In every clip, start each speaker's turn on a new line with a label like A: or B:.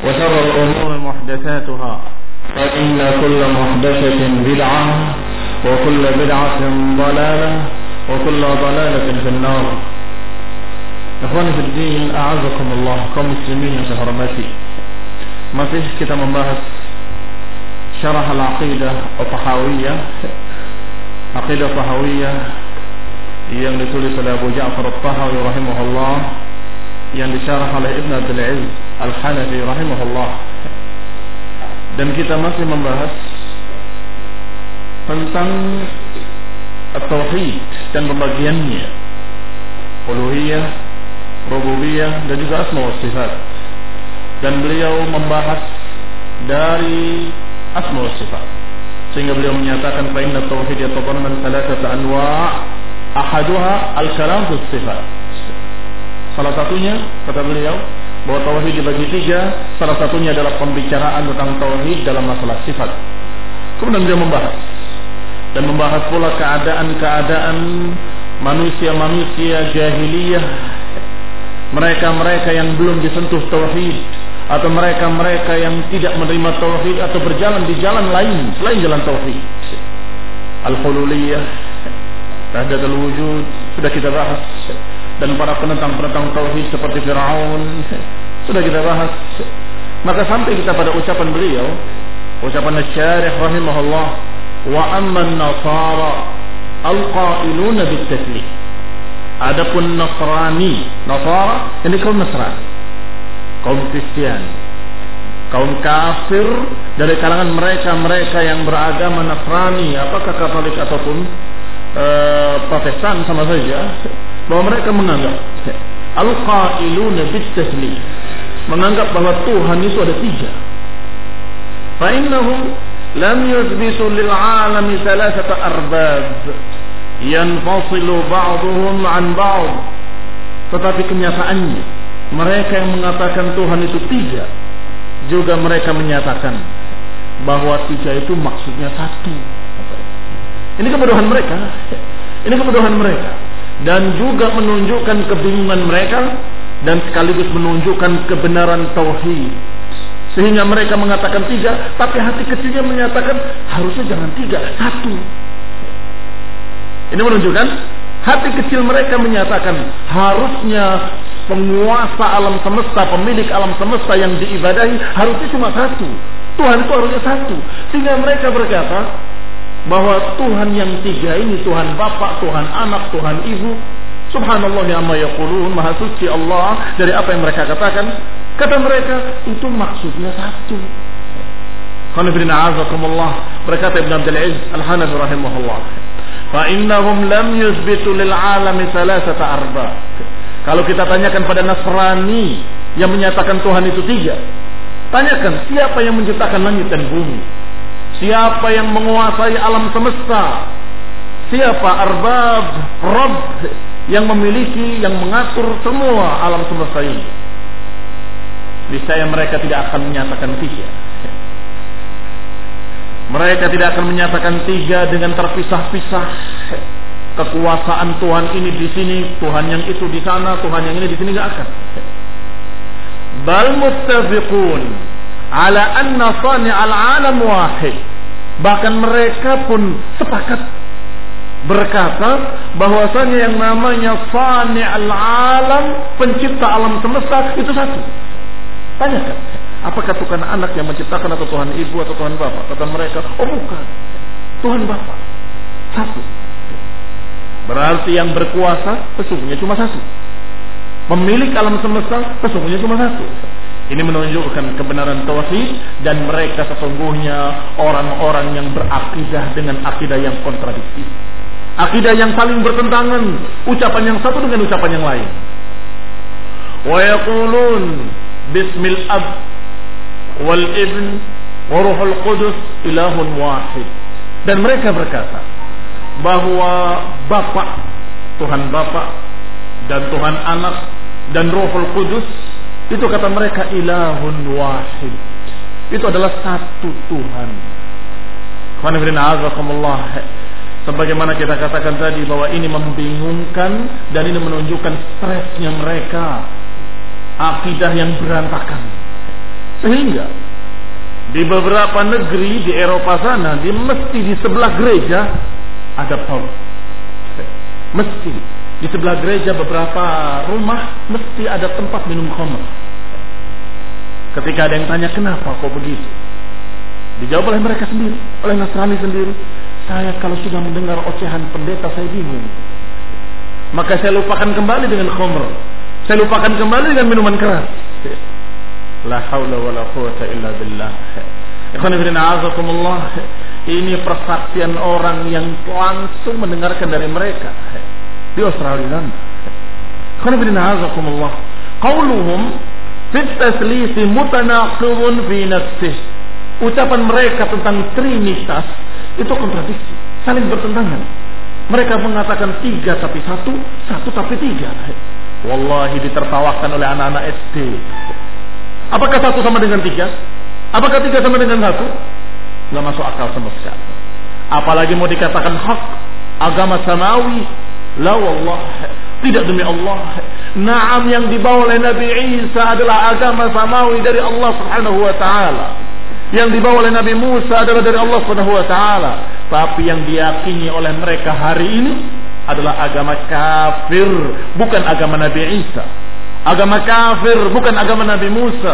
A: وشر الأمور محدثاتها فإن كل محدثة بدعة وكل بدعة ضلالة وكل ضلالة في النار. Ikhwan fillah, a'azakumullah, kaum muslimin yang saya hormati. Masih kita membahas syarah al-aqidah Tahawiyah, aqidah Tahawiyah yang ditulis oleh Abu Ja'far At-Tahawi rahimahullah, yang disyarah oleh Ibn Abdul Aziz Al-Hanafi rahimahullah. Dan kita masih membahas tentang at-tauhid dan pembagiannya, uluhiyah, rububiyah, dan juga asma wa sifat. Dan beliau membahas dari asma wa sifat, sehingga beliau menyatakan fa inna at-tauhid yatadamman thalathata anwa' ahaduha al-kalam fi sifat. Salah satunya, kata beliau, bahwa tauhid dibagi tiga. Salah satunya adalah pembicaraan tentang tauhid dalam masalah sifat. Kemudian beliau membahas pula keadaan-keadaan manusia-manusia jahiliyah, mereka-mereka yang belum disentuh tauhid, atau mereka-mereka yang tidak menerima tauhid atau berjalan di jalan lain selain jalan tauhid. Al-hululiyah, wahdatul wujud, sudah kita bahas. Dan para penentang-penentang tauhid seperti Fir'aun sudah kita bahas. Maka sampai kita pada ucapan beliau, ucapan Asy-Syarih rahimahullah, wa amman nasara al-qailuna bit-taslim. Adapun Nasrani, Nasara ini kaum Nasrani, kaum Kristen, kaum kafir dari kalangan mereka yang beragama Nasrani, apakah Katolik ataupun Protestan sama saja, bahwa mereka menganggap al-qailuna bit-taslim, menganggap bahwa Tuhan itu ada tiga. Fa innahum lam yuthbitu lil 'alami thalathata arbab yanfasilu ba'dhum 'an ba'd. Tetapi kenyataannya mereka yang mengatakan Tuhan itu tiga, juga mereka menyatakan bahwa tiga itu maksudnya satu. Ini kebodohan mereka. Ini kebodohan mereka. Dan juga menunjukkan kebingungan mereka, dan sekaligus menunjukkan kebenaran tauhid. Sehingga mereka mengatakan tiga, tapi hati kecilnya menyatakan harusnya jangan tiga, satu. Ini menunjukkan hati kecil mereka menyatakan harusnya penguasa alam semesta, pemilik alam semesta yang diibadahi harusnya cuma satu. Tuhan itu harusnya satu. Sehingga mereka berkata bahwa Tuhan yang tiga ini, Tuhan Bapa, Tuhan Anak, Tuhan Ibu, subhanallah amma yaqulun, maha suci Allah dari apa yang mereka katakan. Kata mereka itu maksudnya satu. Qanifidina azakumullah, berkata Ibn Abdul Aziz Al-Hanafi rahimahullah, fa innahum lam yuthbitu lil 'alami thalathata arba. Kalau kita tanyakan pada Nasrani yang menyatakan Tuhan itu tiga, tanyakan siapa yang menciptakan langit dan bumi, siapa yang menguasai alam semesta, siapa arbab, Rabb yang memiliki, yang mengatur semua alam semesta ini. Niscaya mereka tidak akan menyatakan tiga. Mereka tidak akan menyatakan tiga dengan terpisah-pisah. Kekuasaan Tuhan ini di sini, Tuhan yang itu di sana, Tuhan yang ini di sini, tidak akan. Bal muttafiqun ala anna sani'al 'alam wahid. Bahkan mereka pun sepakat berkata bahwasanya yang namanya sani'al 'alam, pencipta alam semesta, itu satu. Tanyakan, apakah Tuhan Anak yang menciptakan, atau Tuhan Ibu, atau Tuhan Bapa? Kata mereka, oh bukan, Tuhan Bapa satu. Berarti yang berkuasa sesungguhnya cuma satu, pemilik alam semesta sesungguhnya cuma satu. Ini menunjukkan kebenaran tauhid, dan mereka sesungguhnya orang-orang yang berakidah dengan akidah yang kontradiktif, akidah yang saling bertentangan, ucapan yang satu dengan ucapan yang lain. Wa yaqulun bismil ab wal ibn wa ruhul qudus ilahun wahid. Dan mereka berkata bahwa Bapa, Tuhan Bapa, dan Tuhan Anak, dan Ruhul Qudus, itu kata mereka ilahun wahid, itu adalah satu Tuhan. Sebagaimana kita katakan tadi bahwa ini membingungkan dan ini menunjukkan stresnya mereka, akidah yang berantakan. Sehingga di beberapa negeri di Eropa sana, di masjid di sebelah gereja ada pub. Mesti di sebelah gereja beberapa rumah mesti ada tempat minum khamr. Ketika ada yang tanya kenapa kok begitu, dijawab oleh mereka sendiri, oleh Nasrani sendiri. Saya kalau sudah mendengar ocehan pendeta saya bingung. Maka saya lupakan kembali dengan khamr. Saya lupakan kembali dengan minuman keras. La haula wala quwata illa billah. Ikhwan fillah, a'azakumullah. Ini persaksian orang yang langsung mendengarkan dari mereka di Australia. Ikhwan fillah, a'azakumullah. Qauluhum fi at-taslis mutanaqidun fi nafsihi. Ucapan mereka tentang trinitas itu kontradiksi, saling bertentangan. Mereka mengatakan 3 tapi 1, 1 tapi 3. Wallahi ditertawakan oleh anak-anak SD. Apakah 1 sama dengan 3? Apakah 3 sama dengan 1? Nggak masuk akal sama sekali. Apalagi mau dikatakan hak agama samawi. La wallah, tidak demi Allah. Naam, yang dibawa oleh Nabi Isa adalah agama samawi dari Allah Subhanahu wa taala. Yang dibawa oleh Nabi Musa adalah dari Allah Subhanahu wa taala. Tapi yang diyakini oleh mereka hari ini adalah agama kafir, bukan agama Nabi Isa. Agama kafir, bukan agama Nabi Musa.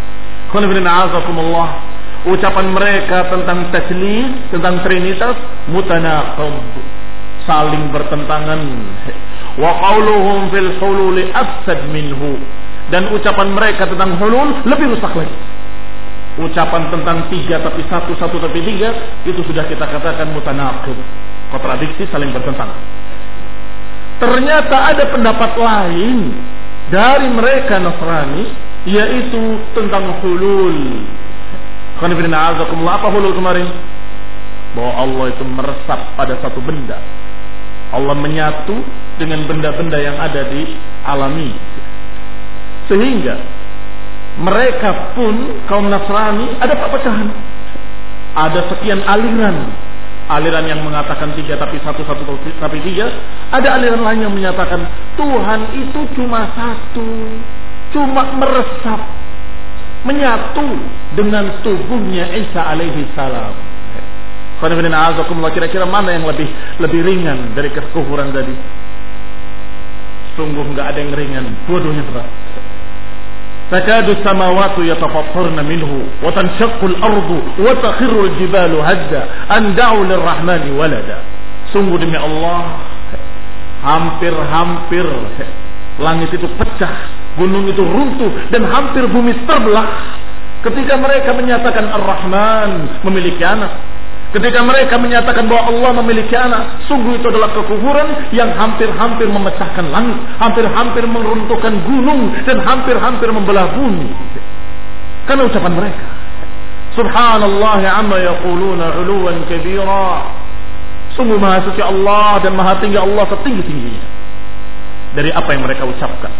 A: Ucapan mereka tentang taslis, tentang trinitas, mutanaqid, saling bertentangan. Wa qauluhum fil hulul afsad minhu, dan ucapan mereka tentang hulul lebih rusak lagi. Ucapan tentang 3 tapi 1, 1 tapi 3, itu sudah kita katakan mutanaqid, kontradiksi, saling bertentangan. Ternyata ada pendapat lain dari mereka Nasrani, yaitu tentang hulul. Apa hulul kemarin? Bahwa Allah itu meresap pada satu benda. Allah menyatu dengan benda-benda yang ada di alami. Sehingga mereka pun, kaum Nasrani, ada perpecahan. Ada sekian aliran. Aliran yang mengatakan 3 tapi 1, 1 tapi 3. Ada aliran lain yang menyatakan Tuhan itu cuma 1, cuma meresap, menyatu dengan tubuhnya Isa alaihi salam. Kira-kira mana yang lebih ringan dari kekufuran tadi? Sungguh enggak ada yang ringan, dua-duanya berat. Takadu samawati yatafattarna minhu wa tanshaqqu al-ardu wa takhirru al-jibalu hadda an da'u lir-rahmani walada. Sungguh demi Allah, hampir-hampir langit itu pecah, gunung itu runtuh, dan hampir bumi terbelah ketika mereka menyatakan Ar-Rahman memiliki anak. Ketika mereka menyatakan bahwa Allah memiliki anak, sungguh itu adalah kekufuran yang hampir-hampir memecahkan langit, hampir-hampir meruntuhkan gunung, dan hampir-hampir membelah bumi. Karena ucapan mereka, Subhanallah amma yaquluna 'uluwan kabira. Sungguh maha suci Allah dan maha tinggi Allah setinggi-tingginya dari apa yang mereka ucapkan.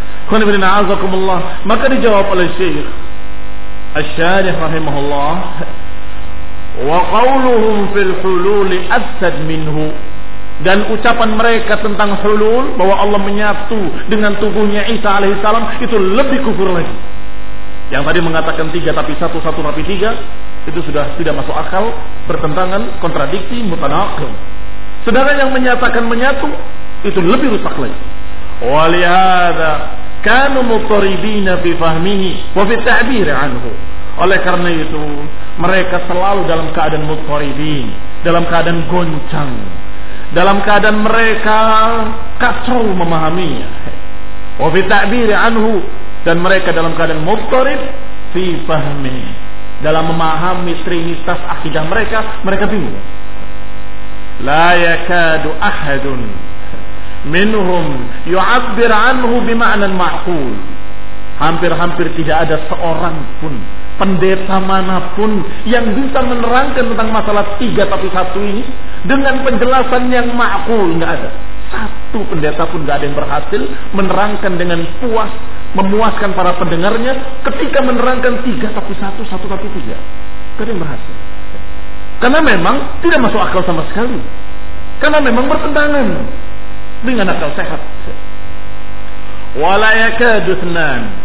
A: Maka dijawab oleh Syekh Asy-Syarih rahimahullah, wa qauluhum fil hululi afsad minhu, dan ucapan mereka tentang hulul, bahwa Allah menyatu dengan tubuhnya Isa alaihissalam, itu lebih kufur lagi. Yang tadi mengatakan 3 tapi 1, 1 tapi 3, itu sudah tidak masuk akal, bertentangan, kontradiksi, mutanaqid. Sedangkan yang menyatakan menyatu, itu lebih rusak lagi. Walihada kanu mutaribina fi fahmihi wa fi ta'bir anhu. Oleh karena itu mereka selalu dalam keadaan mutaribin, dalam keadaan goncang, dalam keadaan mereka kacau memahaminya. Wa fi ta'bir anhu, dan mereka dalam keadaan mutarib fi fahmi, dalam memahami trinitas akidah mereka bingung. La yakadu ahadun minhum yu'abbir anhu bima'nan ma'qul. Hampir-hampir tidak ada seorang pun, pendeta manapun, yang bisa menerangkan tentang masalah 3 tapi 1 ini dengan penjelasan yang ma'qul. Nggak ada satu pendeta pun, nggak ada yang berhasil menerangkan dengan puas, memuaskan para pendengarnya ketika menerangkan 3 tapi 1, 1 tapi 3. Nggak ada yang berhasil, karena memang tidak masuk akal sama sekali, karena memang bertentangan dengan akal sehat. Wala yakadu ithnan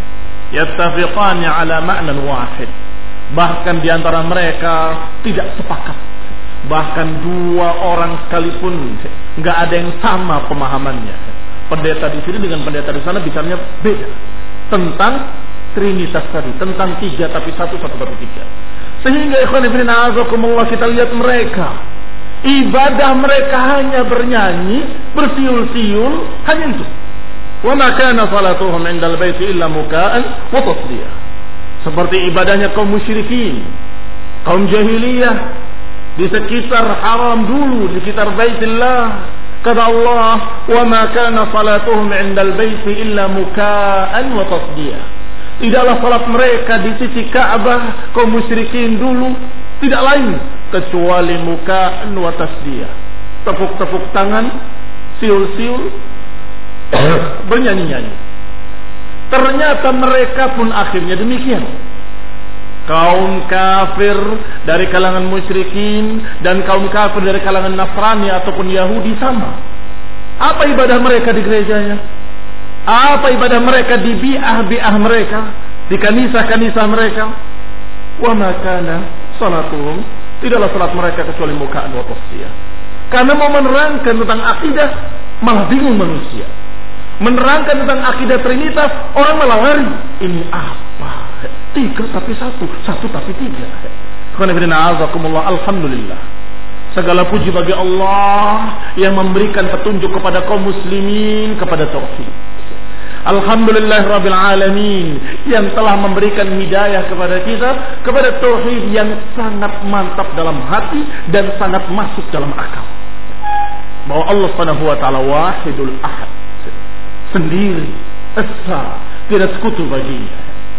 A: yattafiqani ala ma'nan wahid. Bahkan di antara mereka tidak sepakat. Bahkan dua orang sekalipun nggak ada yang sama pemahamannya. Pendeta di sini dengan pendeta di sana bicaranya beda tentang Trinitas tadi, tentang tiga tapi satu tapi tiga. Sehingga ikhwan fillah azakumullah, kita lihat mereka, ibadah mereka hanya bernyanyi, bersiul-siul, hanya itu. Wa ma kana salatuhum 'indal baiti illa muka'an wa tasdiyah. Seperti ibadahnya kaum musyrikin, kaum jahiliyah di sekitar haram dulu, di sekitar Baitillah. Kata Allah, wa ma kana salatuhum 'indal baiti illa muka'an wa tasdiyah. Tidaklah salat mereka di sisi Ka'bah kaum musyrikin dulu tidak lain kecuali muka'an wa tasdiyah. Tepuk-tepuk tangan, siul-siul, bernyanyi-nyanyi. Ternyata mereka pun akhirnya demikian. Kaum kafir dari kalangan musyrikin dan kaum kafir dari kalangan Nasrani ataupun Yahudi sama. Apa ibadah mereka di gerejanya? Apa ibadah mereka di bi'ah mereka, di kanisa-kanisa mereka? Wa ma kana salatuhum, tidaklah salat mereka kecuali muka'an wa tasdiyah. Karena mau menerangkan tentang akidah malah bingung manusia. Menerangkan tentang akidah Trinitas orang malah lari. Ini apa? Tiga tapi satu, satu tapi tiga. Alhamdulillah. Segala puji bagi Allah yang memberikan petunjuk kepada kaum muslimin kepada tauhid. Alhamdulillahirabbil alamin yang telah memberikan hidayah kepada kita kepada tauhid yang sangat mantap dalam hati dan sangat masuk dalam akal. Bahwa Allah Subhanahu wa taala wahidul ahad, sendiri, esa, tidak sekutu baginya.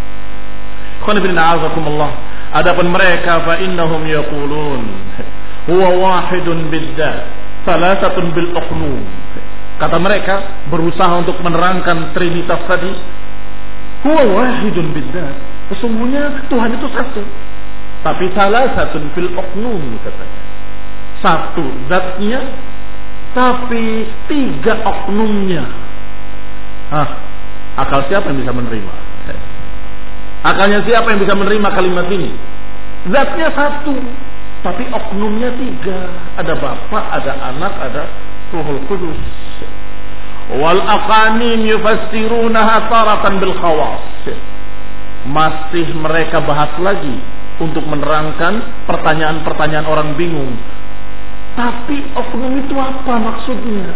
A: Adapun mereka fa innahum yaqulun huwa wahidun bidzat, salasatun bil uqnum. Kata mereka berusaha untuk menerangkan Trinitas tadi, huwa wahidun bidzat, sesungguhnya Tuhan itu satu, tapi salasatun fil uqnum katanya. Satu zatnya tapi tiga oknumnya. Akal siapa yang bisa menerima? Akalnya siapa yang bisa menerima kalimat ini? Zatnya satu tapi oknumnya tiga. Ada Bapa, ada Anak, ada Ruhul Qudus. Wal aqanim yufassirunaha taratan bil khawas. Masih mereka bahas lagi untuk menerangkan pertanyaan-pertanyaan orang bingung. Tapi oknum itu apa maksudnya?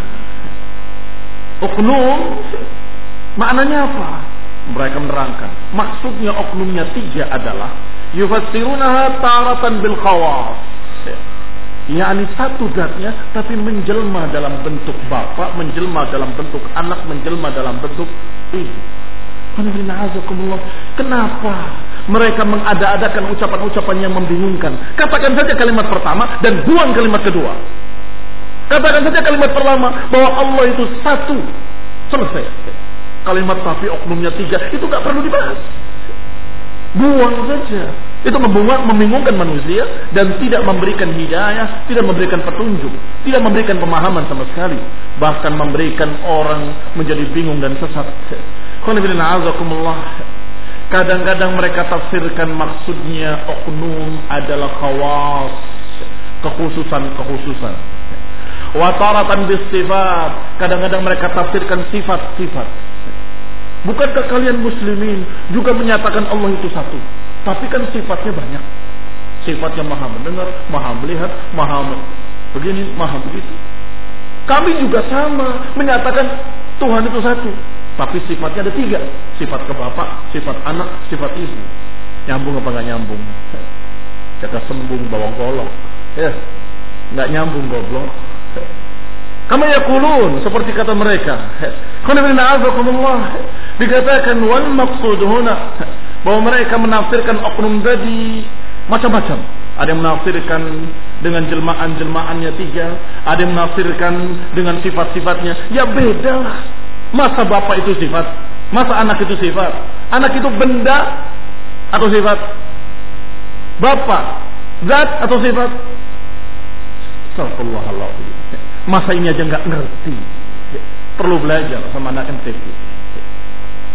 A: Oknum maknanya apa? Mereka menerangkan maksudnya oknumnya tiga adalah yufassirunaha taratan bil khawas, yakni satu zatnya tapi menjelma dalam bentuk Bapa, menjelma dalam bentuk Anak, menjelma dalam bentuk Ibu. Kenapa mereka mengada-adakan ucapan-ucapan yang membingungkan? Katakan saja kalimat pertama dan buang kalimat kedua. Katakan saja kalimat pertama bahwa Allah itu satu, selesai. Kalimat tapi oknumnya tiga itu gak perlu dibahas. Buang saja. Itu membingungkan manusia dan tidak memberikan hidayah, tidak memberikan petunjuk, tidak memberikan pemahaman sama sekali, bahkan memberikan orang menjadi bingung dan sesat. Kadang-kadang mereka tafsirkan maksudnya oknum adalah khawas, kekhususan. Wa taratan bis sifat, kadang-kadang mereka tafsirkan sifat-sifat. Bukankah kalian muslimin juga menyatakan Allah itu satu? Tapi kan sifatnya banyak. Sifatnya maha mendengar, maha melihat, maha begini, maha begitu. Kami juga sama menyatakan Tuhan itu satu. Tapi sifatnya ada tiga. Sifat ke Bapa, sifat Anak, sifat Ibu. Nyambung apa gak nyambung? Kata sembung bawang golok. Gak nyambung goblok. Kama yaqulun, seperti kata mereka. Dikatakan wal maqsud huna, bahwa mereka menafsirkan oknum tadi macam-macam. Ada yang menafsirkan dengan jelmaan-jelmaannya tiga, ada yang menafsirkan dengan sifat-sifatnya. Ya beda lah. Masa Bapak itu sifat, masa Anak itu sifat? Anak itu benda atau sifat? Bapak zat atau sifat? Astagfirullahaladzim. Masa ini aja nggak ngerti. Perlu belajar sama anak MTQ.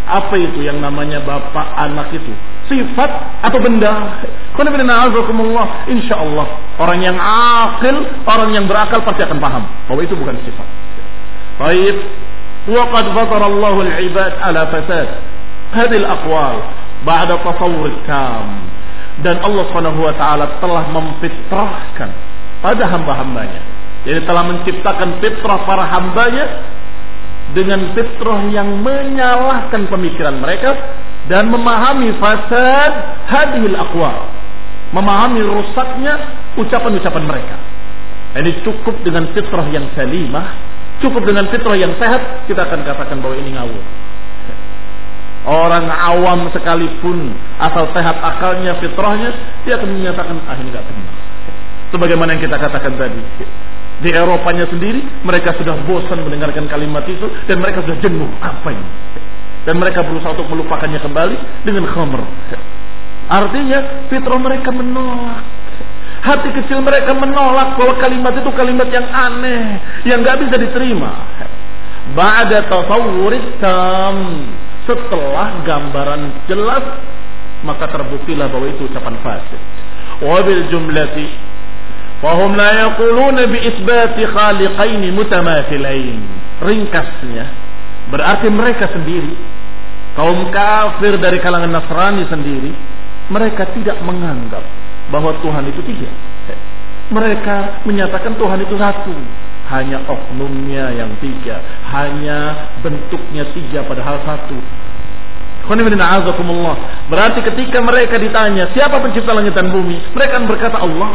A: Apa itu yang namanya bapak anak itu? Sifat atau benda? Insya Allah orang yang akil, orang yang berakal pasti akan paham bahwa itu bukan sifat. Baik. Waqad fatara Allahu al-ibad ala fasad hadhihi al-aqwal ba'da tasawwur tam. Dan Allah Subhanahu wa taala telah memfitrahkan pada hamba-hambanya. Jadi telah menciptakan fitrah para hambanya dengan fitrah yang menyalahkan pemikiran mereka dan memahami fasad hadhil aqwal, memahami rusaknya ucapan-ucapan mereka. Ini cukup dengan fitrah yang salimah, cukup dengan fitrah yang sehat, kita akan katakan bahwa ini ngawur. Orang awam sekalipun asal sehat akalnya, fitrahnya, dia akan menyatakan ini enggak benar. Sebagaimana yang kita katakan tadi, di Eropanya sendiri mereka sudah bosan mendengarkan kalimat itu dan mereka sudah jenuh apa ini, dan mereka berusaha untuk melupakannya kembali dengan khamr. Artinya fitrah mereka menolak, hati kecil mereka menolak bahwa kalimat itu kalimat yang aneh, yang nggak bisa diterima. Ba'da tasawwurit tam, setelah gambaran jelas maka terbuktilah bahwa itu ucapan fasik. Wabil jumlati fahum la yaquluna bi isbati khaliqain mutamathilain. Ringkasnya berarti mereka sendiri, kaum kafir dari kalangan Nasrani sendiri, mereka tidak menganggap bahwa Tuhan itu tiga. Mereka menyatakan Tuhan itu satu, hanya oknumnya yang tiga, hanya bentuknya tiga padahal satu. Berarti ketika mereka ditanya siapa pencipta langit dan bumi, mereka akan berkata Allah.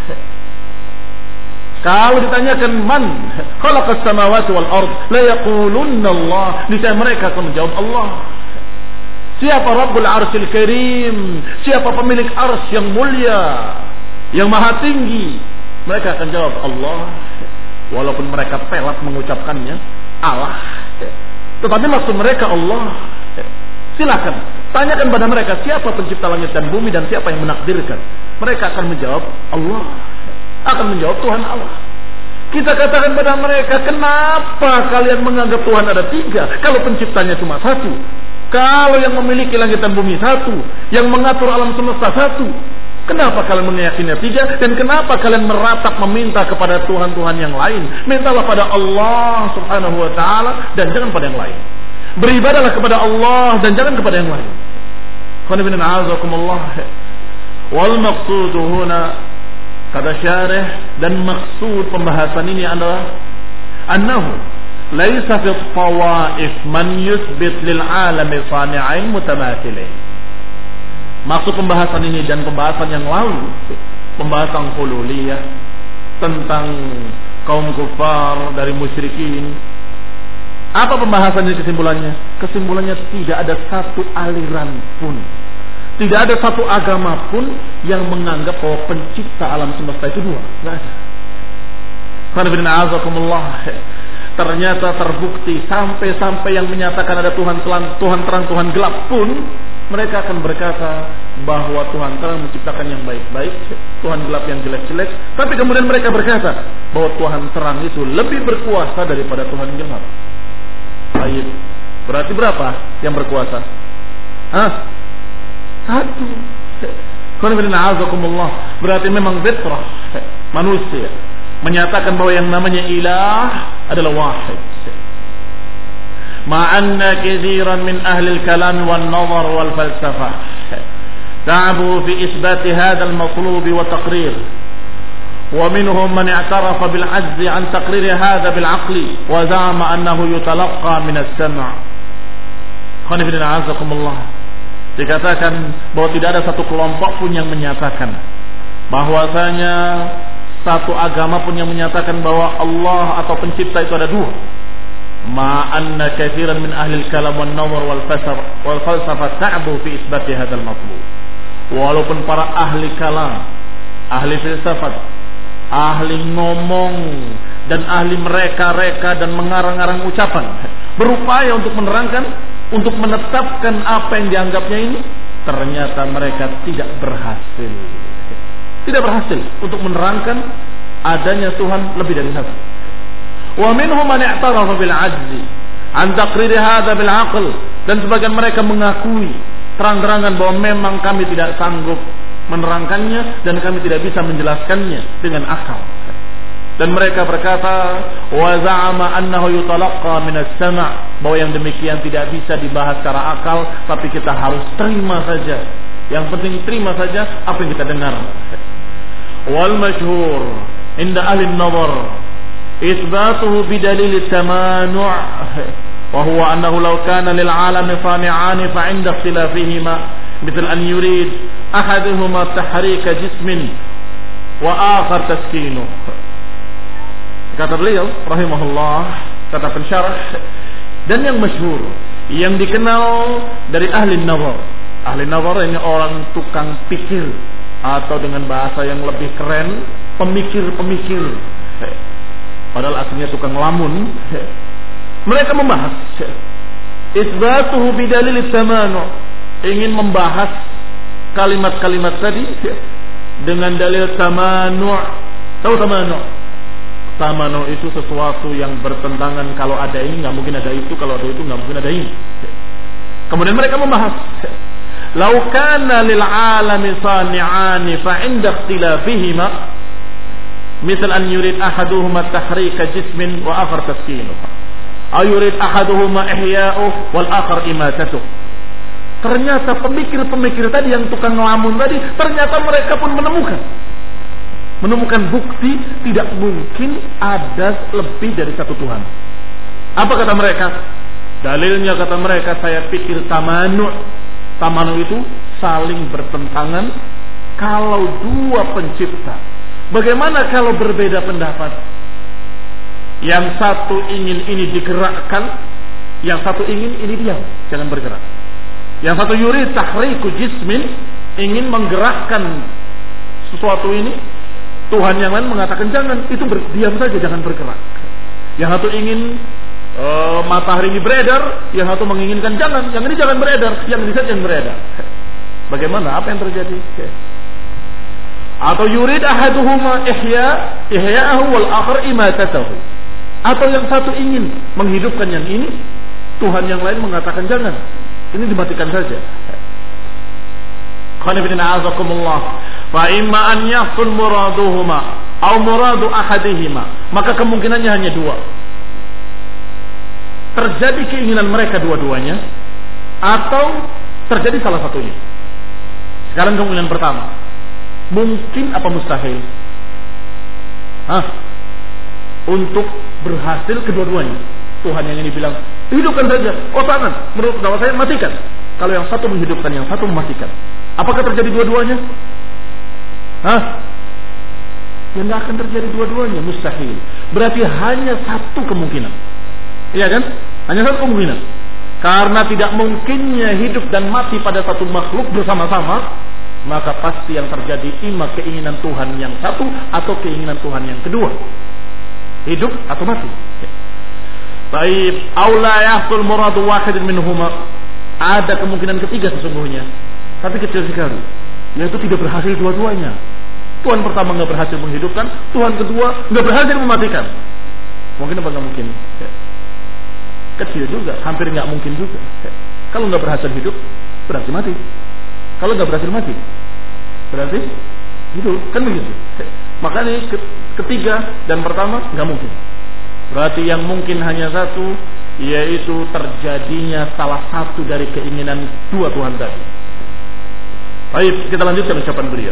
A: Kalau ditanyakan man khalaqas samawati wal ard, la yaqulunna Allah, niscaya mereka akan menjawab Allah. Siapa Rabbul Arsyil Karim, siapa pemilik arsy yang mulia, yang maha tinggi, mereka akan jawab Allah. Walaupun mereka pelat mengucapkannya Allah, tetapi maksud mereka Allah. Silakan tanyakan pada mereka siapa pencipta langit dan bumi dan siapa yang menakdirkan. Mereka akan menjawab Allah, akan menjawab Tuhan Allah. Kita katakan pada mereka, kenapa kalian menganggap Tuhan ada tiga kalau penciptanya cuma satu? Kalau yang memiliki langit dan bumi satu, yang mengatur alam semesta satu, kenapa kalian meyakini tiga? Dan kenapa kalian meratap meminta kepada Tuhan-Tuhan yang lain? Mintalah pada Allah Subhanahu wa taala dan jangan pada yang lain. Beribadahlah kepada Allah dan jangan kepada yang lain. Wal maqsudu huna, kata syarih, dan maksud pembahasan ini adalah annahu laisa fi tawaif man yuthbit lil alami sani'ain mutamathilin. Maksud pembahasan ini dan pembahasan yang lalu, pembahasan hululiyah tentang kaum kufar dari musyrikin. Apa pembahasan ini kesimpulannya? Kesimpulannya tidak ada satu aliran pun, tidak ada satu agama pun yang menganggap bahwa pencipta alam semesta itu dua. Tidak ada. Ternyata terbukti sampai yang menyatakan ada Tuhan terang, Tuhan gelap pun mereka akan berkata bahwa Tuhan terang menciptakan yang baik-baik, Tuhan gelap yang jelek-jelek. Tapi kemudian mereka berkata bahwa Tuhan terang itu lebih berkuasa daripada Tuhan gelap. Baik, berarti berapa yang berkuasa? Satu. Berarti memang fitrah manusia menyatakan bahwa yang namanya ilah adalah wahid. Ma'anna katsiran min ahli al-kalam wan-nazar wal-falsafah ta'abu fi isbat hadha al-matlub wa taqrir. ومنهم من اعترف بالعجز عن تقرير هذا بالعقل وزعم أنه يتلقى من السمع. Dikatakan bahwa tidak ada satu kelompok pun yang menyatakan bahwasanya satu agama pun yang menyatakan bahwa Allah atau pencipta itu ada dua. Ma'anna katsiran min ahli al-kalam wan-nazar wal-falsafah ta'bu fi isbat hadzal matlub. Walaupun para ahli kalam, ahli filsafat, ahli ngomong dan ahli mereka-reka dan mengarang-arang ucapan berupaya untuk menerangkan, untuk menetapkan apa yang dianggapnya ini, ternyata mereka tidak berhasil untuk menerangkan adanya Tuhan lebih dari satu. Wa minhum man i'tarafa bil 'ajzi an taqriri hadza bil aql, dan sebagian mereka mengakui terang-terangan bahwa memang kami tidak sanggup menerangkannya dan kami tidak bisa menjelaskannya dengan akal. Dan mereka berkata, wa za'ama annahu yutalaqqa minas sama', bahwa yang demikian tidak bisa dibahas secara akal, tapi kita harus terima saja. Yang penting terima saja apa yang kita dengar. Wal masyhur inda ahli an-nazar itsbatuhu bidalil at-tamanu' wa huwa annahu law kana lil 'alami sani'ani fa 'inda ikhtilafihima mithl an yurid ahaduhuma tahrika jismin wa akhar taskinuh. Kata beliau rahimahullah, kata pensyarah, dan yang masyhur, yang dikenal dari ahli nazar. Ahli nazar ini orang tukang pikir, atau dengan bahasa yang lebih keren, pemikir-pemikir. Padahal aslinya tukang lamun. Mereka membahas isbatuhu bidalil tamanu', ingin membahas kalimat-kalimat tadi dengan dalil tamanu'. Tahu tamanu'? Tamanu itu sesuatu yang bertentangan, kalau ada ini nggak mungkin ada itu, kalau ada itu nggak mungkin ada ini. Kemudian mereka membahas, "Lau kana lil 'alami sani'ani fa 'inda ikhtilafihima misal an yurid ahaduhuma tahrika jismin wa akhar taskinuh, aw yurid ahaduhuma ihya'uh wal akhar imatatuh." Ternyata pemikir-pemikir tadi yang tukang ngelamun tadi, ternyata mereka pun menemukan bukti tidak mungkin ada lebih dari satu Tuhan. Apa kata mereka? Dalilnya, kata mereka, saya pikir tamanu itu saling bertentangan kalau dua pencipta. Bagaimana kalau berbeda pendapat? Yang satu ingin ini digerakkan, yang satu ingin ini diam, jangan bergerak. Yang satu yurid tahriku jismin, ingin menggerakkan sesuatu ini. Tuhan yang lain mengatakan jangan, itu diam saja, jangan bergerak. Yang satu ingin matahari ini beredar, yang satu menginginkan jangan, yang ini jangan beredar, yang ini saja yang beredar. Bagaimana? Apa yang terjadi? Atau yurid ahaduhuma ihya'ahu wal akhar imatatahu. Atau yang satu ingin menghidupkan yang ini, Tuhan yang lain mengatakan jangan, ini dimatikan saja. Qanibina azakumullah. Fa imma an yahsul muraduhuma aw muradu ahadihima, maka kemungkinannya hanya dua. Terjadi keinginan mereka dua-duanya, atau terjadi salah satunya. Sekarang kemungkinan pertama, mungkin apa mustahil? Untuk berhasil kedua-duanya. Tuhan yang ini bilang hidupkan saja, jangan, menurut pendapat saya matikan. Kalau yang satu menghidupkan, yang satu mematikan, apakah terjadi dua-duanya? Ya nggak akan terjadi dua-duanya, mustahil. Berarti hanya satu kemungkinan, iya kan? Hanya satu kemungkinan. Karena tidak mungkinnya hidup dan mati pada satu makhluk bersama-sama, maka pasti yang terjadi ima keinginan Tuhan yang satu atau keinginan Tuhan yang kedua, hidup atau mati. Baik, aula yahsul muradu wahidin minhuma, ada kemungkinan ketiga sesungguhnya, tapi kecil sekali, yaitu tidak berhasil dua-duanya. Tuhan pertama nggak berhasil menghidupkan, Tuhan kedua nggak berhasil mematikan. Mungkin apa nggak mungkin? Kecil juga, hampir nggak mungkin juga. Kalau nggak berhasil hidup, berarti mati. Kalau nggak berhasil mati, berarti hidup, kan begitu. Makanya ketiga dan pertama nggak mungkin. Berarti yang mungkin hanya satu, yaitu terjadinya salah satu dari keinginan dua Tuhan tadi. Baik, kita lanjutkan ucapan beliau.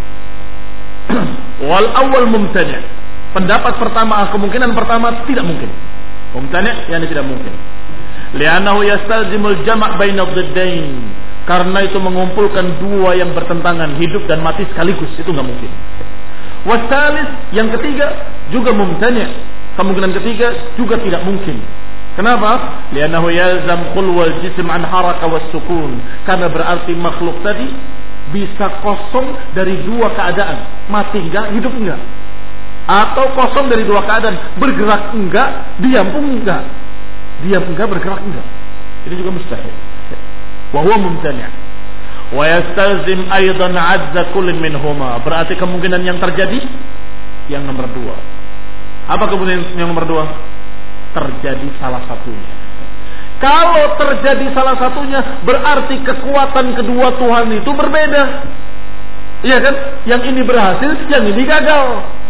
A: Wal awal mumtani'. Pendapat pertama, kemungkinan pertama tidak mungkin. Mumtani' yani tidak mungkin. Li'annahu yastalzimul jama' baina dhiddain. Karena itu mengumpulkan dua yang bertentangan, hidup dan mati sekaligus, itu enggak mungkin. Wasalis, yang ketiga juga mumtani'. Kemungkinan ketiga juga tidak mungkin. Kenapa? Li'annahu yalzam khulwal jism an haraka was sukun. Karena berarti makhluk tadi bisa kosong dari dua keadaan, mati enggak, hidup enggak, atau kosong dari dua keadaan, bergerak enggak, diam pun enggak, diam enggak, bergerak enggak. Ini juga mustahil. Wa huwa mumtani'. Wa yastalzim aidan 'azza kullin minhuma. Berarti kemungkinan yang terjadi yang nomor dua. Apa kemungkinan yang nomor dua? Terjadi salah satunya. Kalau terjadi salah satunya, berarti kekuatan kedua Tuhan itu berbeda. Iya kan? Yang ini berhasil, yang ini gagal.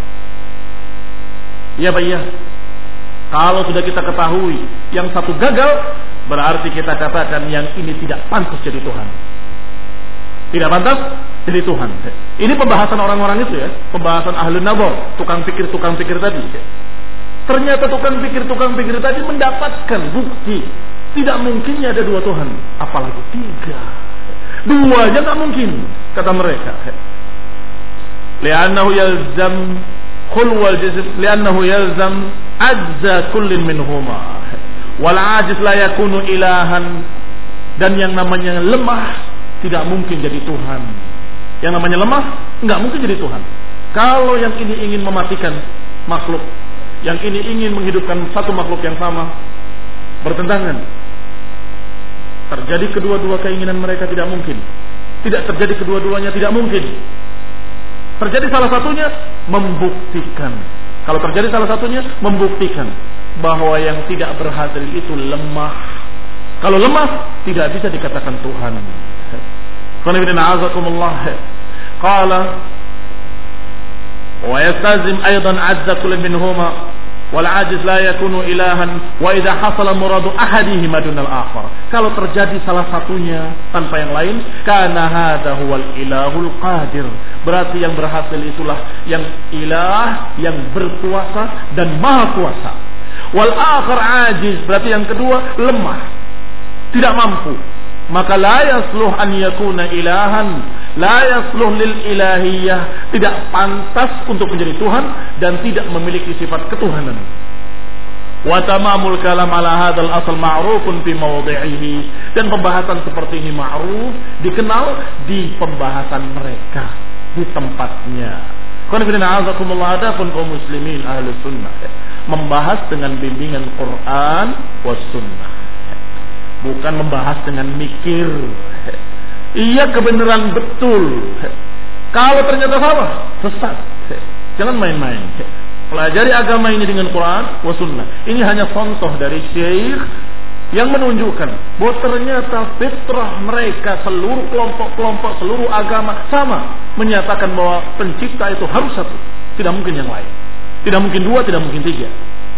A: Iya Pak, iya. Kalau sudah kita ketahui yang satu gagal, berarti kita katakan yang ini tidak pantas jadi Tuhan. Tidak pantas jadi Tuhan. Ini pembahasan orang-orang itu ya, pembahasan ahlun nazar, tukang pikir tadi. Ternyata tukang pikir tadi mendapatkan bukti tidak mungkinnya ada dua Tuhan, apalagi tiga. Dua aja nggak mungkin, kata mereka. Li'annahu yalzam khulwal jism, li'annahu yalzam ajza kullin minhuma. Wal ajiz la yakunu ilahan, dan yang namanya lemah tidak mungkin jadi Tuhan. Yang namanya lemah nggak mungkin jadi Tuhan. Kalau yang ini ingin mematikan makhluk, yang ini ingin menghidupkan satu makhluk yang sama, bertentangan. Terjadi kedua-dua keinginan mereka tidak mungkin. Tidak terjadi kedua-duanya tidak mungkin. Terjadi salah satunya membuktikan. Kalau terjadi salah satunya membuktikan bahwa yang tidak berhasil itu lemah. Kalau lemah tidak bisa dikatakan Tuhan. Qala wa yastazim aidan azza kullin minhuma wal ajiz la yakunu ilahan wa idza hasala muradu ahadihima dunal akhar. Kalau terjadi salah satunya tanpa yang lain, kana hadza huwal ilahul qadir. Berarti yang berhasil itulah yang ilah, yang berkuasa dan maha kuasa. Wal akhar ajiz, berarti yang kedua lemah, tidak mampu. Maka la yasluh an yakuna ilahan, la yasluh lil ilahiyah, tidak pantas untuk menjadi Tuhan dan tidak memiliki sifat ketuhanan. Wa tamamul kalam ala hadzal asal ma'rufun fi mawdhi'ihi, dan pembahasan seperti ini ma'ruf, dikenal di pembahasan mereka, di tempatnya. Qanifidina azakumullah, adapun kaum muslimin ahli sunnah membahas dengan bimbingan Quran was sunnah, bukan membahas dengan mikir. Iya, kebenaran betul. Kalau ternyata salah, sesat. Jangan main-main. Pelajari agama ini dengan Quran wa sunnah. Ini hanya contoh dari syekh yang menunjukkan bahwa ternyata fitrah mereka, seluruh kelompok-kelompok, seluruh agama sama, menyatakan bahwa pencipta itu harus satu, tidak mungkin yang lain. Tidak mungkin dua, tidak mungkin tiga.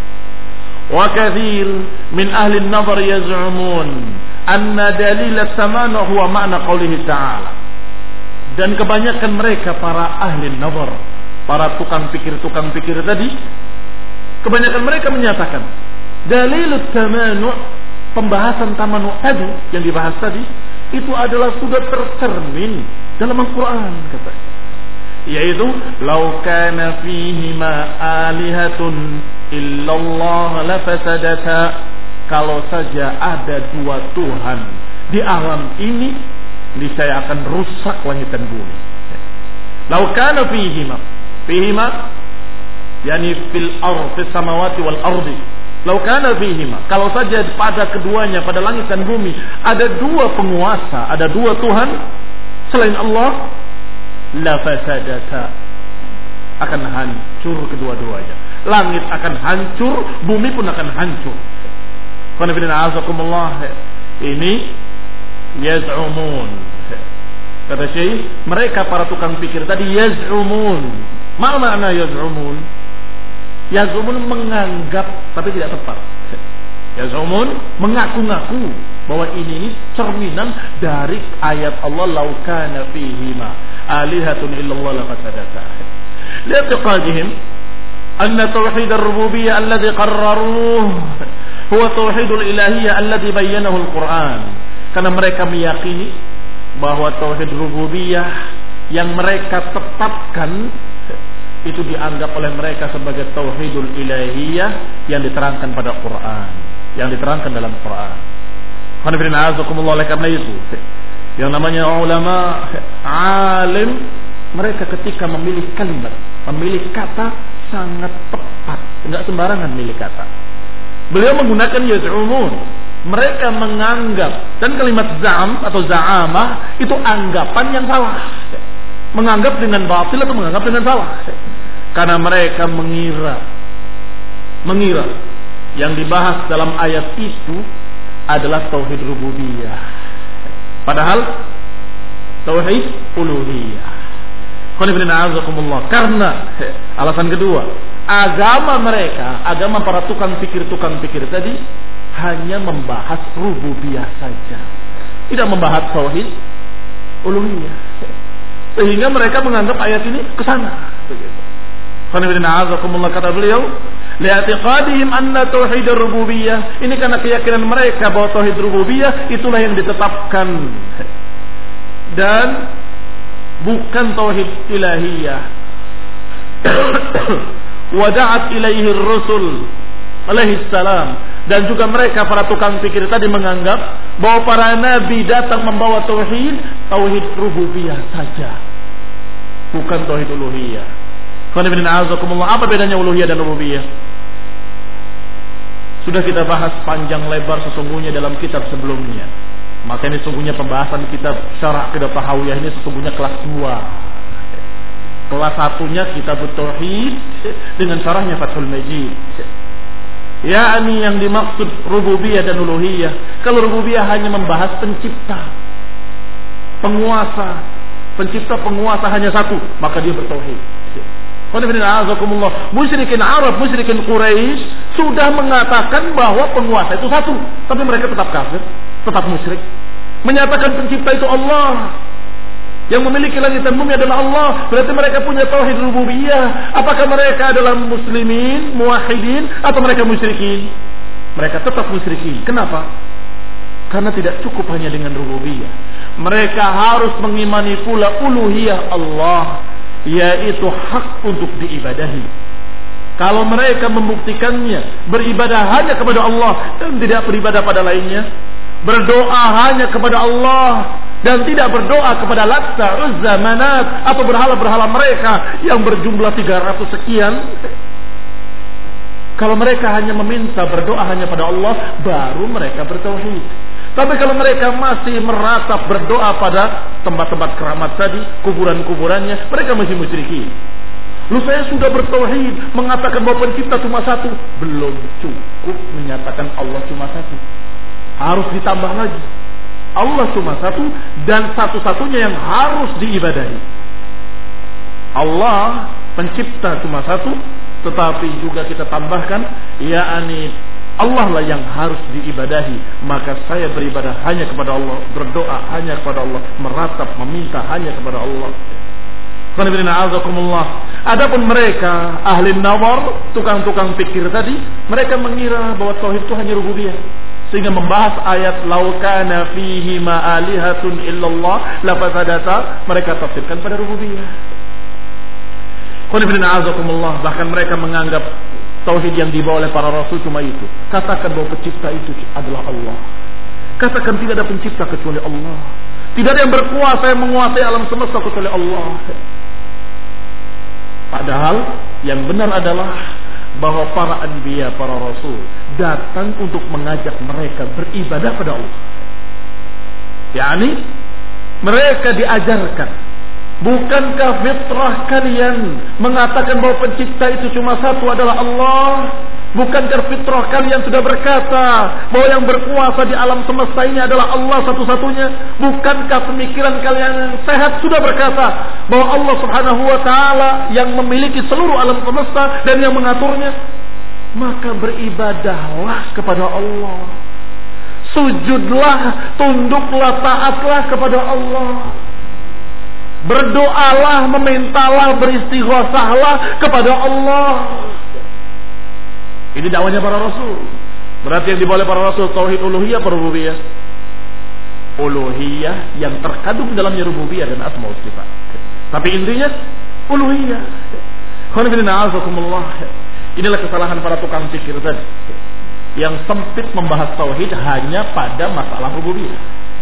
A: Wa katsir min ahli an-nazar yaz'umun anna dalil as-samana huwa ma'na qoulihi ta'ala. Dan kebanyakan mereka para ahli an-nazar, para tukang pikir tadi, kebanyakan mereka menyatakan dalil as-samana, pembahasan tamanu tadi yang dibahas tadi, itu adalah sudah tercermin dalam Al-Qur'an, katanya. Yaitu law kana fihima alihatun illallah lafasadata, kalau saja ada dua Tuhan di alam ini, niscaya akan rusak langit dan bumi. Law kana fihima yani fil ardh, fis samawati wal ardi. Law kana fihima, kalau saja pada keduanya, pada langit dan bumi, ada dua penguasa, ada dua Tuhan selain Allah, la fasadata, akan hancur kedua-duanya. Langit akan hancur, bumi pun akan hancur. Ini yaz'umun, kata Syekh, mereka para tukang pikir tadi yaz'umun. Ma makna yaz'umun? Yaz'umun menganggap tapi tidak tepat. Yaz'umun mengaku-ngaku bahwa ini cerminan dari ayat Allah, law kana fihima alihatun illallah lafasadata. Li'tiqadihim anna tauhid ar-rububiyyah alladhi qarraruhu huwa tauhidul ilahiyyah alladhi bayyanahu al-Qur'an. Karena mereka meyakini bahwa tauhid rububiyah yang mereka tetapkan itu dianggap oleh mereka sebagai tauhidul ilahiyah yang diterangkan pada Quran, yang diterangkan dalam Quran. Oleh karena itu, yang namanya ulama, alim, mereka ketika memilih kalimat, memilih kata sangat tepat, enggak sembarangan milih kata. Beliau menggunakan yaz'umun. Mereka menganggap, dan kalimat za'am atau za'amah itu anggapan yang salah. Menganggap dengan batil atau menganggap dengan salah. Karena mereka mengira yang dibahas dalam ayat itu adalah tauhid rububiyah. Padahal tauhid uluhiyah. Karena alasan kedua, agama mereka, agama para tukang pikir tadi hanya membahas rububiyah saja, tidak membahas tauhid uluhiyah. Sehingga mereka menganggap ayat ini kesana. Kata beliau, li'atiqadihim anna tauhid rububiyah, ini karena keyakinan mereka bahwa tauhid rububiyah itulah yang ditetapkan dan bukan tauhid ilahiyah. Wada'at ilaihi ar-rusul alaihi salam, dan juga mereka para tukang pikir tadi menganggap bahwa para nabi datang membawa tauhid rububiyah saja, bukan tauhid uluhiyah. Apa bedanya uluhiyah dan rububiyah? Sudah kita bahas panjang lebar sesungguhnya dalam kitab sebelumnya. Maka ini sesungguhnya pembahasan kitab Syarah Aqidah Tahawiyah ini sesungguhnya kelas 2. Kelas 1-nya kitab Tauhid dengan syarahnya Fathul Majid. Yakni yang dimaksud rububiyah dan uluhiyah. Kalau rububiyah hanya membahas pencipta, penguasa, penguasa hanya satu, maka dia bertauhid. Musyrikin Arab, musyrikin Quraisy sudah mengatakan bahwa penguasa itu satu, tapi mereka tetap kafir, tetap musyrik. Menyatakan pencipta itu Allah, yang memiliki langit dan bumi adalah Allah, berarti mereka punya tauhid rububiyah. Apakah mereka adalah muslimin, muwahhidin, atau mereka musyrikin? Mereka tetap musyrikin. Kenapa? Karena tidak cukup hanya dengan rububiyah. Mereka harus mengimani pula uluhiyah Allah, yaitu hak untuk diibadahi. Kalau mereka membuktikannya, beribadah hanya kepada Allah dan tidak beribadah pada lainnya, berdoa hanya kepada Allah dan tidak berdoa kepada Lat, Uzza, Manat atau berhala-berhala mereka yang berjumlah 300 sekian. Kalau mereka hanya meminta berdoa hanya pada Allah, baru mereka bertauhid. Tapi kalau mereka masih meratap berdoa pada tempat-tempat keramat tadi, kuburan-kuburannya, mereka masih musyrikin. Lu saya sudah bertauhid, mengatakan bahwa pencipta cuma satu, belum cukup menyatakan Allah cuma satu. Harus ditambah lagi. Allah cuma satu dan satu-satunya yang harus diibadahi. Allah pencipta cuma satu, tetapi juga kita tambahkan, yakni Allah lah yang harus diibadahi. Maka saya beribadah hanya kepada Allah, berdoa hanya kepada Allah, meratap, meminta hanya kepada Allah. Adapun mereka ahli nawar, tukang-tukang pikir tadi, mereka mengira bahwa tauhid itu hanya rububiyah, sehingga membahas ayat lau kana fihi ma alihatun illallah la fasadata, mereka tafsirkan pada rububiyah. Bahkan mereka menganggap tauhid yang dibawa oleh para rasul cuma itu. Katakan bahwa pencipta itu adalah Allah. Katakan tidak ada pencipta kecuali Allah. Tidak ada yang berkuasa yang menguasai alam semesta kecuali Allah. Padahal yang benar adalah bahwa para anbiya, para rasul datang untuk mengajak mereka beribadah pada Allah. Yani mereka diajarkan, bukankah fitrah kalian mengatakan bahwa pencipta itu cuma satu adalah Allah? Bukankah fitrah kalian sudah berkata bahwa yang berkuasa di alam semesta ini adalah Allah satu-satunya? Bukankah pemikiran kalian yang sehat sudah berkata bahwa Allah Subhanahu wa taala yang memiliki seluruh alam semesta dan yang mengaturnya? Maka beribadahlah kepada Allah. Sujudlah, tunduklah, taatlah kepada Allah. Berdoalah, memintalah, beristighosahlah kepada Allah. Ini dakwahnya para rasul. Berarti yang dibawa oleh para rasul tauhid uluhiyah atau rububiyah? Uluhiyah yang terkandung dalamnya rububiyah dan asma wa sifat. Tapi intinya uluhiyah. Inilah kesalahan para tukang fikir tadi, yang sempit membahas tauhid hanya pada masalah rububiyah.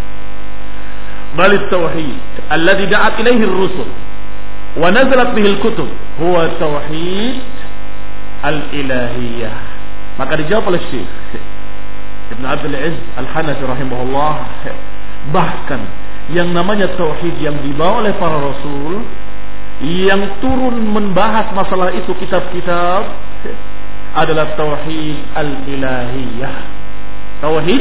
A: Balik tauhid alladzi da'at ilaihi ar-rusul wa nazalat bihi al-kutub huwa tauhid al-ilahiyah. Maka dijawab oleh Syekh Ibn Abdul Aziz Al-Hanafi rahimahullah, bahkan yang namanya tauhid yang dibawa oleh para rasul yang turun membahas masalah itu kitab-kitab adalah tauhid al-ilahiyah, tauhid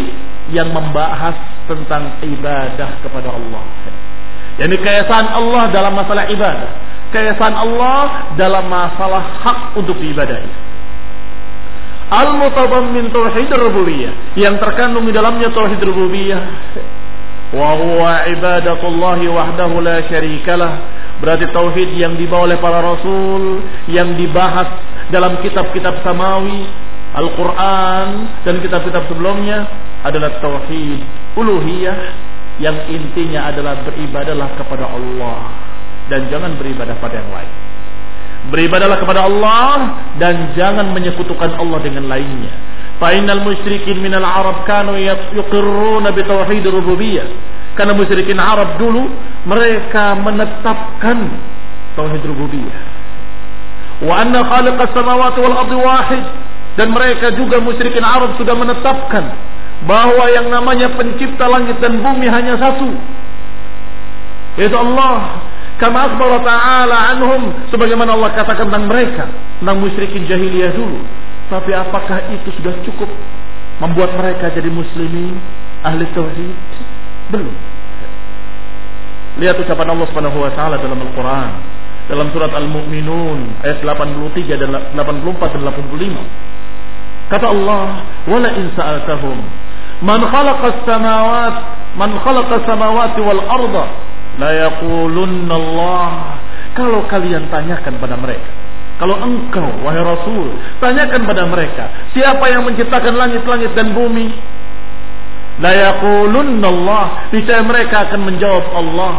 A: yang membahas tentang ibadah kepada Allah. Yani keesaan Allah dalam masalah ibadah, keesaan Allah dalam masalah hak untuk diibadahi. Al-mutadammin tauhid rububiyah, yang terkandung di dalamnya tauhid rububiyah. Wa huwa ibadatullah wahdahu la syarikalah. Berarti tauhid yang dibawa oleh para rasul, yang dibahas dalam kitab-kitab samawi, Al-Quran dan kitab-kitab sebelumnya adalah tauhid uluhiyah, yang intinya adalah beribadahlah kepada Allah dan jangan beribadah pada yang lain. Beribadahlah kepada Allah dan jangan menyekutukan Allah dengan lainnya. Fa innal musyrikin minal Arab kanu yuqirruna bi tauhid rububiyyah. Karena musyrikin Arab dulu mereka menetapkan tauhid rububiyah. Wa anna khaliqas samawati wal ardi wahid, dan mereka juga musyrikin Arab sudah menetapkan bahwa yang namanya pencipta langit dan bumi hanya satu, yaitu Allah. Kama akhbara ta'ala anhum, sebagaimana Allah katakan tentang mereka, tentang musyrikin jahiliyah dulu. Tapi apakah itu sudah cukup membuat mereka jadi muslimin, ahli tauhid? Belum. Lihat ucapan Allah Subhanahu wa taala dalam Al-Qur'an, dalam surat Al-Mu'minun ayat 83 dan 84 dan 85. Kata Allah, "Wala in sa'altahum man khalaqas samawati wal arda la yaqulunna Allah." Kalau kalian tanyakan pada mereka, kalau engkau wahai Rasul tanyakan pada mereka, siapa yang menciptakan langit-langit dan bumi? La yaqulunna Allah, niscaya mereka akan menjawab Allah.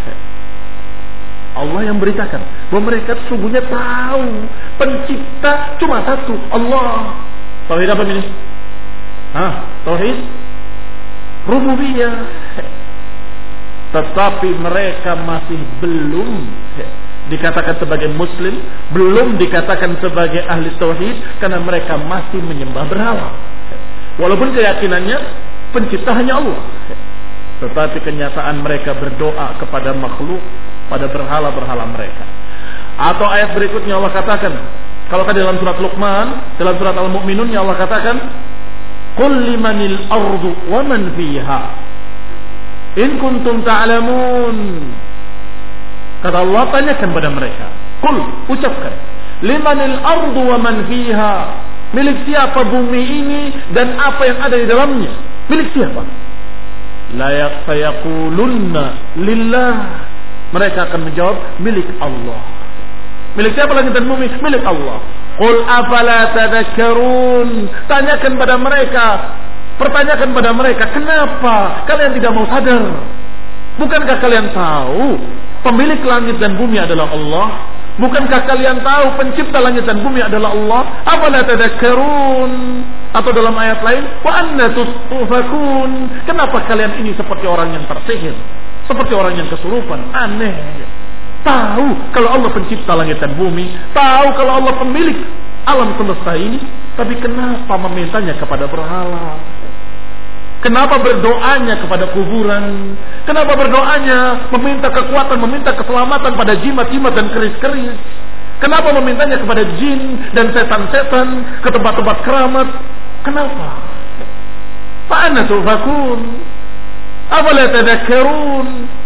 A: Allah yang beritakan bahwa mereka sesungguhnya tahu pencipta cuma satu, Allah. Tauhid apa ini? Tauhid rububiyah. Tetapi mereka masih belum dikatakan sebagai muslim, belum dikatakan sebagai ahli tauhid, karena mereka masih menyembah berhala. Walaupun keyakinannya pencipta hanya Allah, tetapi kenyataan mereka berdoa kepada makhluk, pada berhala-berhala mereka. Atau ayat berikutnya Allah katakan, kalau kan dalam surat Luqman, dalam surat Al-Mu'minun Allah katakan, "Qul limanil ardu wa man fiha in kuntum ta'lamun." Kata Allah, tanyakan pada mereka, qul, ucapkan, limanil ardu wa man fiha, milik siapa bumi ini dan apa yang ada di dalamnya? Milik siapa? La yaqulunna lillah. Mereka akan menjawab milik Allah. Milik siapa langit dan bumi? Milik Allah. Qul afala tadhakkarun. Tanyakan pada mereka, pertanyakan pada mereka, kenapa kalian tidak mau sadar? Bukankah kalian tahu pemilik langit dan bumi adalah Allah? Bukankah kalian tahu pencipta langit dan bumi adalah Allah? Afala tadhakkarun. Atau dalam ayat lain, wa anna tufakun. Kenapa kalian ini seperti orang yang tersihir, seperti orang yang kesurupan? Aneh. Tahu kalau Allah pencipta langit dan bumi, tahu kalau Allah pemilik alam semesta ini, tapi kenapa memintanya kepada berhala? Kenapa berdoanya kepada kuburan? Kenapa berdoanya meminta kekuatan, meminta keselamatan pada jimat-jimat dan keris-keris? Kenapa memintanya kepada jin dan setan-setan, ke tempat-tempat keramat? Kenapa? Fa'anna tufakun. Afala tadhakkarun.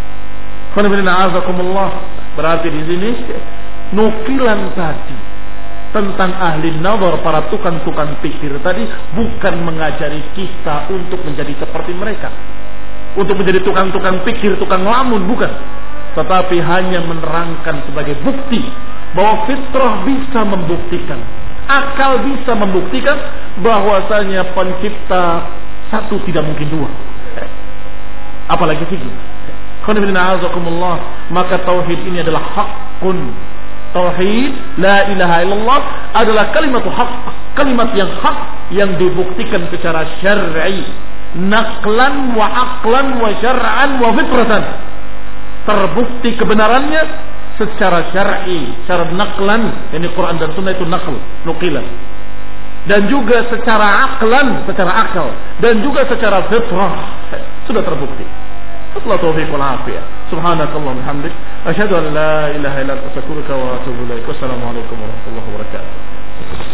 A: Berarti di sini nukilan tadi tentang ahli nazar, para tukang-tukang pikir tadi, bukan mengajari kita untuk menjadi seperti mereka, untuk menjadi tukang-tukang pikir, tukang lamun, bukan. Tetapi hanya menerangkan sebagai bukti bahwa fitrah bisa membuktikan, akal bisa membuktikan bahwasanya pencipta satu tidak mungkin dua, apalagi tiga. Maka tauhid ini adalah hakun. Tauhid la ilaha illallah adalah kalimat hak, kalimat yang hak yang dibuktikan secara syar'i, naqlan wa aqlan wa syar'an wa fitratan. Terbukti kebenarannya secara syar'i, secara naqlan, yani Quran dan Sunnah itu naql, nukilan. Dan juga secara aqlan, secara akal, dan juga secara fitrah sudah terbukti. Allah taufiq wal afiyah. Subhanakallah bihamdik, asyhadu an la ilaha illa anta astaghfiruka wa atubu ilaik. Wassalamualaikum warahmatullahi wabarakatuh.